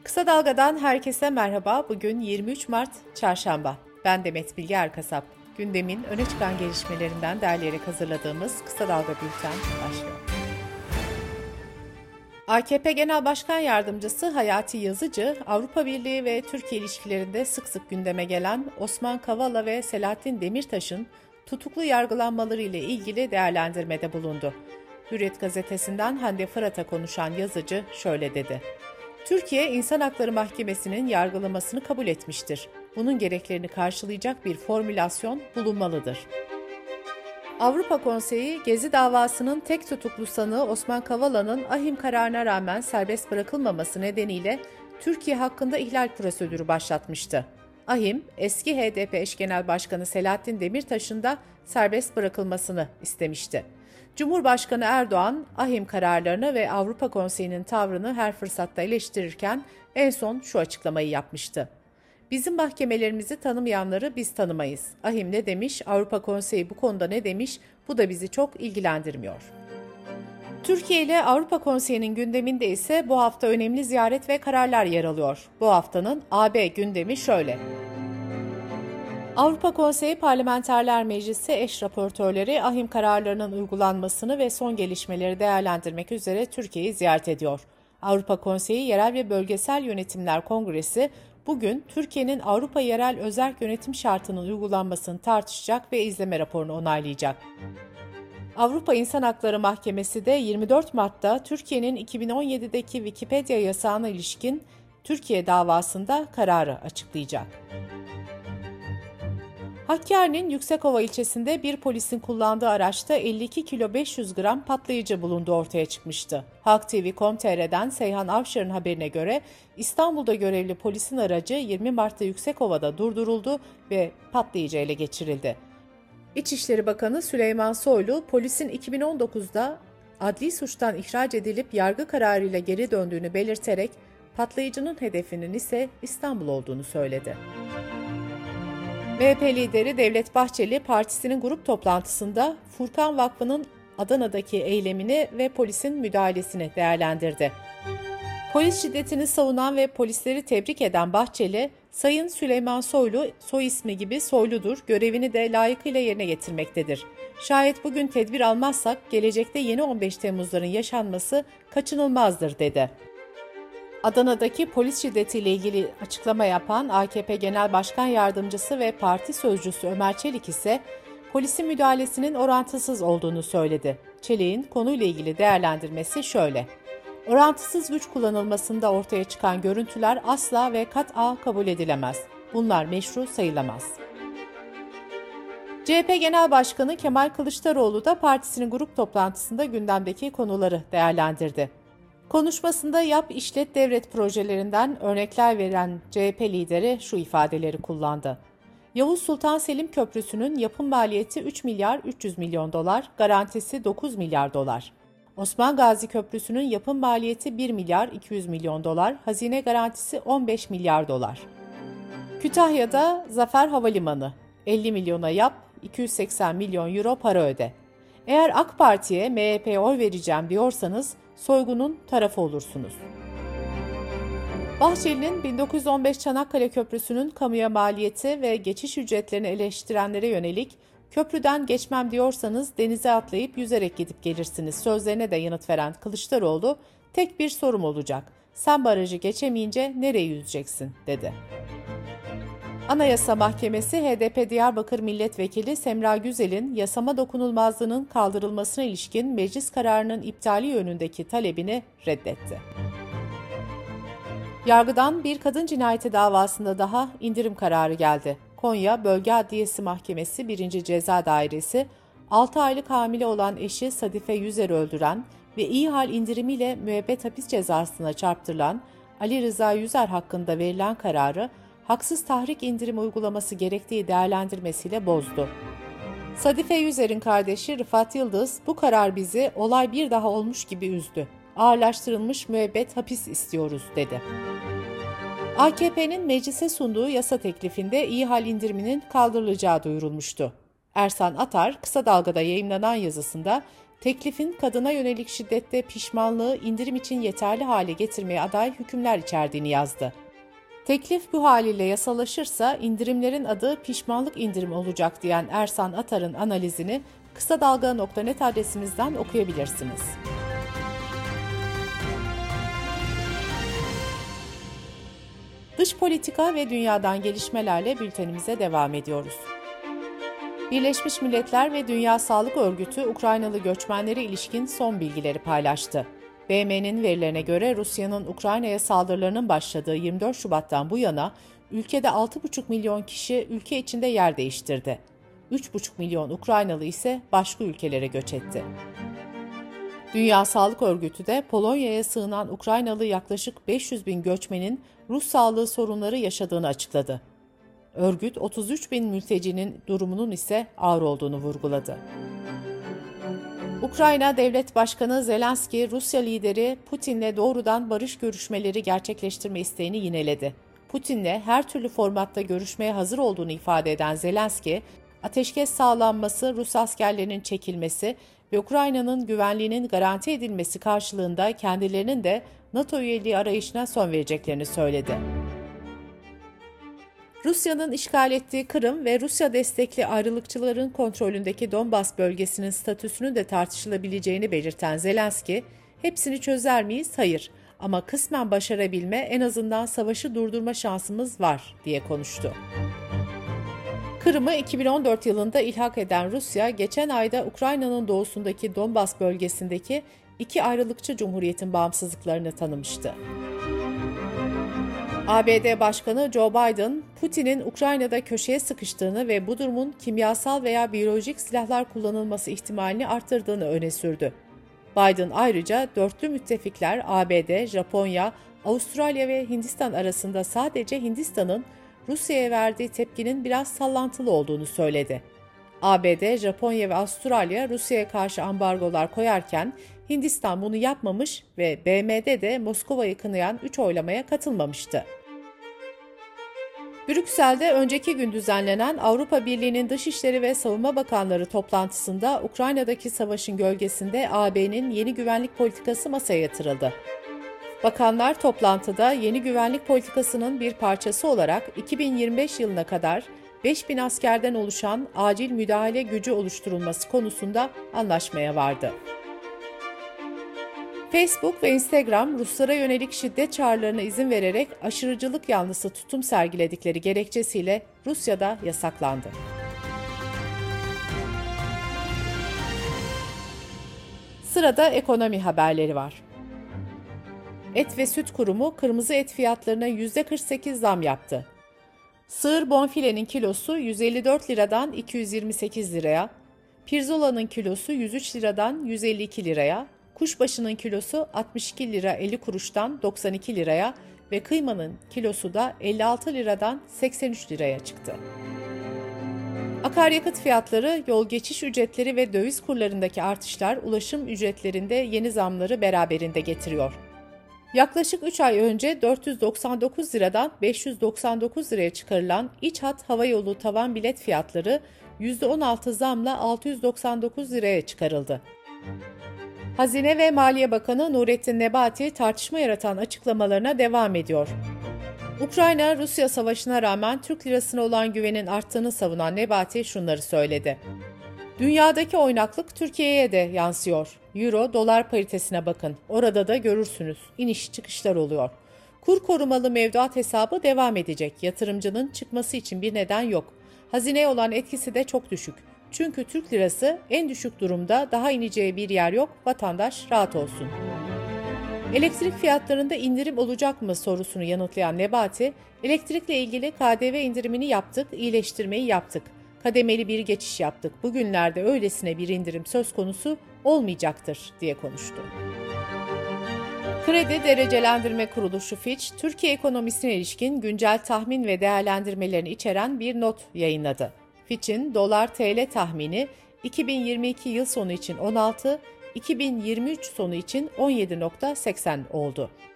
Kısa Dalga'dan herkese merhaba. Bugün 23 Mart Çarşamba. Ben Demet Bilge Erkasap. Gündemin öne çıkan gelişmelerinden derleyerek hazırladığımız Kısa Dalga Bülten başlıyor. AKP Genel Başkan Yardımcısı Hayati Yazıcı, Avrupa Birliği ve Türkiye ilişkilerinde sık sık gündeme gelen Osman Kavala ve Selahattin Demirtaş'ın tutuklu yargılanmaları ile ilgili değerlendirmede bulundu. Hürriyet gazetesinden Hande Fırat'a konuşan Yazıcı şöyle dedi. Türkiye, İnsan Hakları Mahkemesi'nin yargılamasını kabul etmiştir. Bunun gereklerini karşılayacak bir formülasyon bulunmalıdır. Avrupa Konseyi, Gezi davasının tek tutuklu sanığı Osman Kavala'nın ahim kararına rağmen serbest bırakılmaması nedeniyle Türkiye hakkında ihlal prosedürü başlatmıştı. Ahim, eski HDP eş genel başkanı Selahattin Demirtaş'ın da serbest bırakılmasını istemişti. Cumhurbaşkanı Erdoğan, ahim kararlarını ve Avrupa Konseyi'nin tavrını her fırsatta eleştirirken en son şu açıklamayı yapmıştı. Bizim mahkemelerimizi tanımayanları biz tanımayız. Ahim ne demiş, Avrupa Konseyi bu konuda ne demiş, bu da bizi çok ilgilendirmiyor. Türkiye ile Avrupa Konseyi'nin gündeminde ise bu hafta önemli ziyaret ve kararlar yer alıyor. Bu haftanın AB gündemi şöyle. Avrupa Konseyi Parlamenterler Meclisi eş raportörleri ahim kararlarının uygulanmasını ve son gelişmeleri değerlendirmek üzere Türkiye'yi ziyaret ediyor. Avrupa Konseyi Yerel ve Bölgesel Yönetimler Kongresi bugün Türkiye'nin Avrupa Yerel Özerk Yönetim Şartı'nın uygulanmasını tartışacak ve izleme raporunu onaylayacak. Avrupa İnsan Hakları Mahkemesi de 24 Mart'ta Türkiye'nin 2017'deki Wikipedia yasağına ilişkin Türkiye davasında kararı açıklayacak. Hakkari'nin Yüksekova ilçesinde bir polisin kullandığı araçta 52 kilo 500 gram patlayıcı bulunduğu ortaya çıkmıştı. Halk TV.com.tr'den Seyhan Avşar'ın haberine göre İstanbul'da görevli polisin aracı 20 Mart'ta Yüksekova'da durduruldu ve patlayıcı ele geçirildi. İçişleri Bakanı Süleyman Soylu, polisin 2019'da adli suçtan ihraç edilip yargı kararıyla geri döndüğünü belirterek patlayıcının hedefinin ise İstanbul olduğunu söyledi. MHP lideri Devlet Bahçeli, partisinin grup toplantısında Furkan Vakfı'nın Adana'daki eylemini ve polisin müdahalesini değerlendirdi. Polis şiddetini savunan ve polisleri tebrik eden Bahçeli, Sayın Süleyman Soylu, soy ismi gibi soyludur, görevini de layıkıyla yerine getirmektedir. Şayet bugün tedbir almazsak, gelecekte yeni 15 Temmuz'ların yaşanması kaçınılmazdır, dedi. Adana'daki polis şiddetiyle ilgili açıklama yapan AKP Genel Başkan Yardımcısı ve Parti Sözcüsü Ömer Çelik ise polisin müdahalesinin orantısız olduğunu söyledi. Çelik'in konuyla ilgili değerlendirmesi şöyle. Orantısız güç kullanılmasında ortaya çıkan görüntüler asla ve kat'a kabul edilemez. Bunlar meşru sayılamaz. CHP Genel Başkanı Kemal Kılıçdaroğlu da partisinin grup toplantısında gündemdeki konuları değerlendirdi. Konuşmasında yap işlet devlet projelerinden örnekler veren CHP lideri şu ifadeleri kullandı. Yavuz Sultan Selim Köprüsü'nün yapım maliyeti 3 milyar 300 milyon dolar, garantisi 9 milyar dolar. Osman Gazi Köprüsü'nün yapım maliyeti 1 milyar 200 milyon dolar, hazine garantisi 15 milyar dolar. Kütahya'da Zafer Havalimanı, 50 milyona yap, 280 milyon euro para öde. Eğer AK Parti'ye, MHP'ye oy vereceğim diyorsanız, soygunun tarafı olursunuz. Bahçeli'nin 1915 Çanakkale Köprüsü'nün kamuya maliyeti ve geçiş ücretlerini eleştirenlere yönelik köprüden geçmem diyorsanız denize atlayıp yüzerek gidip gelirsiniz sözlerine de yanıt veren Kılıçdaroğlu, tek bir sorum olacak. Sen barajı geçemeyince nereye yüzeceksin, dedi. Anayasa Mahkemesi HDP Diyarbakır Milletvekili Semra Güzel'in yasama dokunulmazlığının kaldırılmasına ilişkin meclis kararının iptali yönündeki talebini reddetti. Yargıdan bir kadın cinayeti davasında daha indirim kararı geldi. Konya Bölge Adliyesi Mahkemesi 1. Ceza Dairesi, 6 aylık hamile olan eşi Sadife Yüzer'i öldüren ve iyi hal indirimiyle müebbet hapis cezasına çarptırılan Ali Rıza Yüzer hakkında verilen kararı, haksız tahrik indirimi uygulaması gerektiği değerlendirmesiyle bozdu. Sadife Yüzer'in kardeşi Rıfat Yıldız, bu karar bizi olay bir daha olmuş gibi üzdü. Ağırlaştırılmış müebbet hapis istiyoruz, dedi. AKP'nin meclise sunduğu yasa teklifinde iyi hal indiriminin kaldırılacağı duyurulmuştu. Ersan Atar, Kısa Dalga'da yayımlanan yazısında teklifin kadına yönelik şiddette pişmanlığı indirim için yeterli hale getirmeye aday hükümler içerdiğini yazdı. Teklif bu haliyle yasalaşırsa indirimlerin adı pişmanlık indirimi olacak diyen Ersan Atar'ın analizini kısadalga.net adresimizden okuyabilirsiniz. Dış politika ve dünyadan gelişmelerle bültenimize devam ediyoruz. Birleşmiş Milletler ve Dünya Sağlık Örgütü Ukraynalı göçmenlere ilişkin son bilgileri paylaştı. BM'nin verilerine göre Rusya'nın Ukrayna'ya saldırılarının başladığı 24 Şubat'tan bu yana ülkede 6,5 milyon kişi ülke içinde yer değiştirdi. 3,5 milyon Ukraynalı ise başka ülkelere göç etti. Dünya Sağlık Örgütü de Polonya'ya sığınan Ukraynalı yaklaşık 500 bin göçmenin ruh sağlığı sorunları yaşadığını açıkladı. Örgüt 33 bin mültecinin durumunun ise ağır olduğunu vurguladı. Ukrayna Devlet Başkanı Zelenski, Rusya lideri Putin'le doğrudan barış görüşmeleri gerçekleştirme isteğini yineledi. Putin'le her türlü formatta görüşmeye hazır olduğunu ifade eden Zelenski, ateşkes sağlanması, Rus askerlerinin çekilmesi ve Ukrayna'nın güvenliğinin garanti edilmesi karşılığında kendilerinin de NATO üyeliği arayışına son vereceklerini söyledi. Rusya'nın işgal ettiği Kırım ve Rusya destekli ayrılıkçıların kontrolündeki Donbas bölgesinin statüsünün de tartışılabileceğini belirten Zelenski, "Hepsini çözer miyiz? Hayır. Ama kısmen başarabilme, en azından savaşı durdurma şansımız var," diye konuştu. Kırım'ı 2014 yılında ilhak eden Rusya, geçen ayda Ukrayna'nın doğusundaki Donbas bölgesindeki iki ayrılıkçı cumhuriyetin bağımsızlıklarını tanımıştı. ABD Başkanı Joe Biden, Putin'in Ukrayna'da köşeye sıkıştığını ve bu durumun kimyasal veya biyolojik silahlar kullanılması ihtimalini arttırdığını öne sürdü. Biden ayrıca dörtlü müttefikler ABD, Japonya, Avustralya ve Hindistan arasında sadece Hindistan'ın Rusya'ya verdiği tepkinin biraz sallantılı olduğunu söyledi. ABD, Japonya ve Avustralya Rusya'ya karşı ambargolar koyarken Hindistan bunu yapmamış ve BM'de de Moskova'yı kınayan 3 oylamaya katılmamıştı. Brüksel'de önceki gün düzenlenen Avrupa Birliği'nin Dışişleri ve Savunma Bakanları toplantısında Ukrayna'daki savaşın gölgesinde AB'nin yeni güvenlik politikası masaya yatırıldı. Bakanlar toplantıda yeni güvenlik politikasının bir parçası olarak 2025 yılına kadar 5.000 askerden oluşan acil müdahale gücü oluşturulması konusunda anlaşmaya vardı. Facebook ve Instagram, Ruslara yönelik şiddet çağrılarına izin vererek aşırıcılık yanlısı tutum sergiledikleri gerekçesiyle Rusya'da yasaklandı. Sırada ekonomi haberleri var. Et ve Süt Kurumu kırmızı et fiyatlarına %48 zam yaptı. Sığır bonfilenin kilosu 154 liradan 228 liraya, pirzolanın kilosu 103 liradan 152 liraya, kuşbaşının kilosu 62 lira 50 kuruştan 92 liraya ve kıymanın kilosu da 56 liradan 83 liraya çıktı. Akaryakıt fiyatları, yol geçiş ücretleri ve döviz kurlarındaki artışlar ulaşım ücretlerinde yeni zamları beraberinde getiriyor. Yaklaşık 3 ay önce 499 liradan 599 liraya çıkarılan İç Hat Havayolu tavan bilet fiyatları %16 zamla 699 liraya çıkarıldı. Hazine ve Maliye Bakanı Nurettin Nebati tartışma yaratan açıklamalarına devam ediyor. Ukrayna-Rusya savaşına rağmen Türk lirasına olan güvenin arttığını savunan Nebati şunları söyledi. Dünyadaki oynaklık Türkiye'ye de yansıyor. Euro, dolar paritesine bakın. Orada da görürsünüz. İniş çıkışlar oluyor. Kur korumalı mevduat hesabı devam edecek. Yatırımcının çıkması için bir neden yok. Hazineye olan etkisi de çok düşük. Çünkü Türk lirası en düşük durumda, daha ineceği bir yer yok. Vatandaş rahat olsun. Elektrik fiyatlarında indirim olacak mı sorusunu yanıtlayan Nebati, elektrikle ilgili KDV indirimini yaptık, iyileştirmeyi yaptık. Kademeli bir geçiş yaptık. Bugünlerde öylesine bir indirim söz konusu olmayacaktır diye konuştu. Kredi Derecelendirme Kuruluşu Fitch, Türkiye ekonomisine ilişkin güncel tahmin ve değerlendirmelerini içeren bir not yayınladı. Fitch'in dolar-TL tahmini 2022 yıl sonu için 16, 2023 sonu için 17.80 oldu.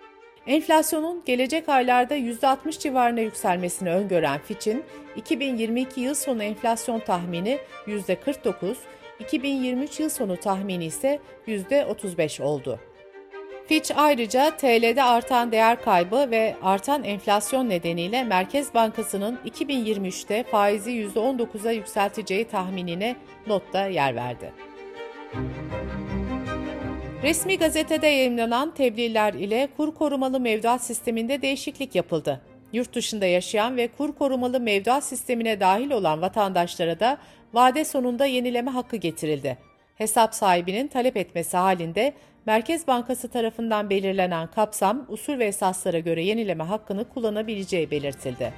Enflasyonun gelecek aylarda %60 civarına yükselmesini öngören Fitch'in 2022 yıl sonu enflasyon tahmini %49, 2023 yıl sonu tahmini ise %35 oldu. Fitch ayrıca TL'de artan değer kaybı ve artan enflasyon nedeniyle Merkez Bankası'nın 2023'te faizi %19'a yükselteceği tahminine notta yer verdi. Resmi gazetede yayımlanan tebliğler ile kur korumalı mevduat sisteminde değişiklik yapıldı. Yurt dışında yaşayan ve kur korumalı mevduat sistemine dahil olan vatandaşlara da vade sonunda yenileme hakkı getirildi. Hesap sahibinin talep etmesi halinde Merkez Bankası tarafından belirlenen kapsam, usul ve esaslara göre yenileme hakkını kullanabileceği belirtildi.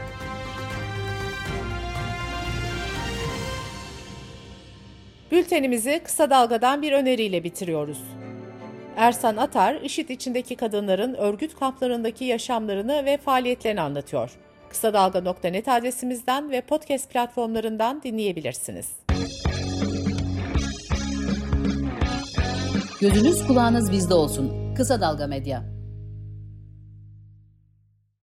Bültenimizi kısa dalgadan bir öneriyle bitiriyoruz. Ersan Atar, IŞİD içindeki kadınların örgüt kamplarındaki yaşamlarını ve faaliyetlerini anlatıyor. Kısa Dalga.net adresimizden ve podcast platformlarından dinleyebilirsiniz. Gözünüz kulağınız bizde olsun. Kısa Dalga Medya.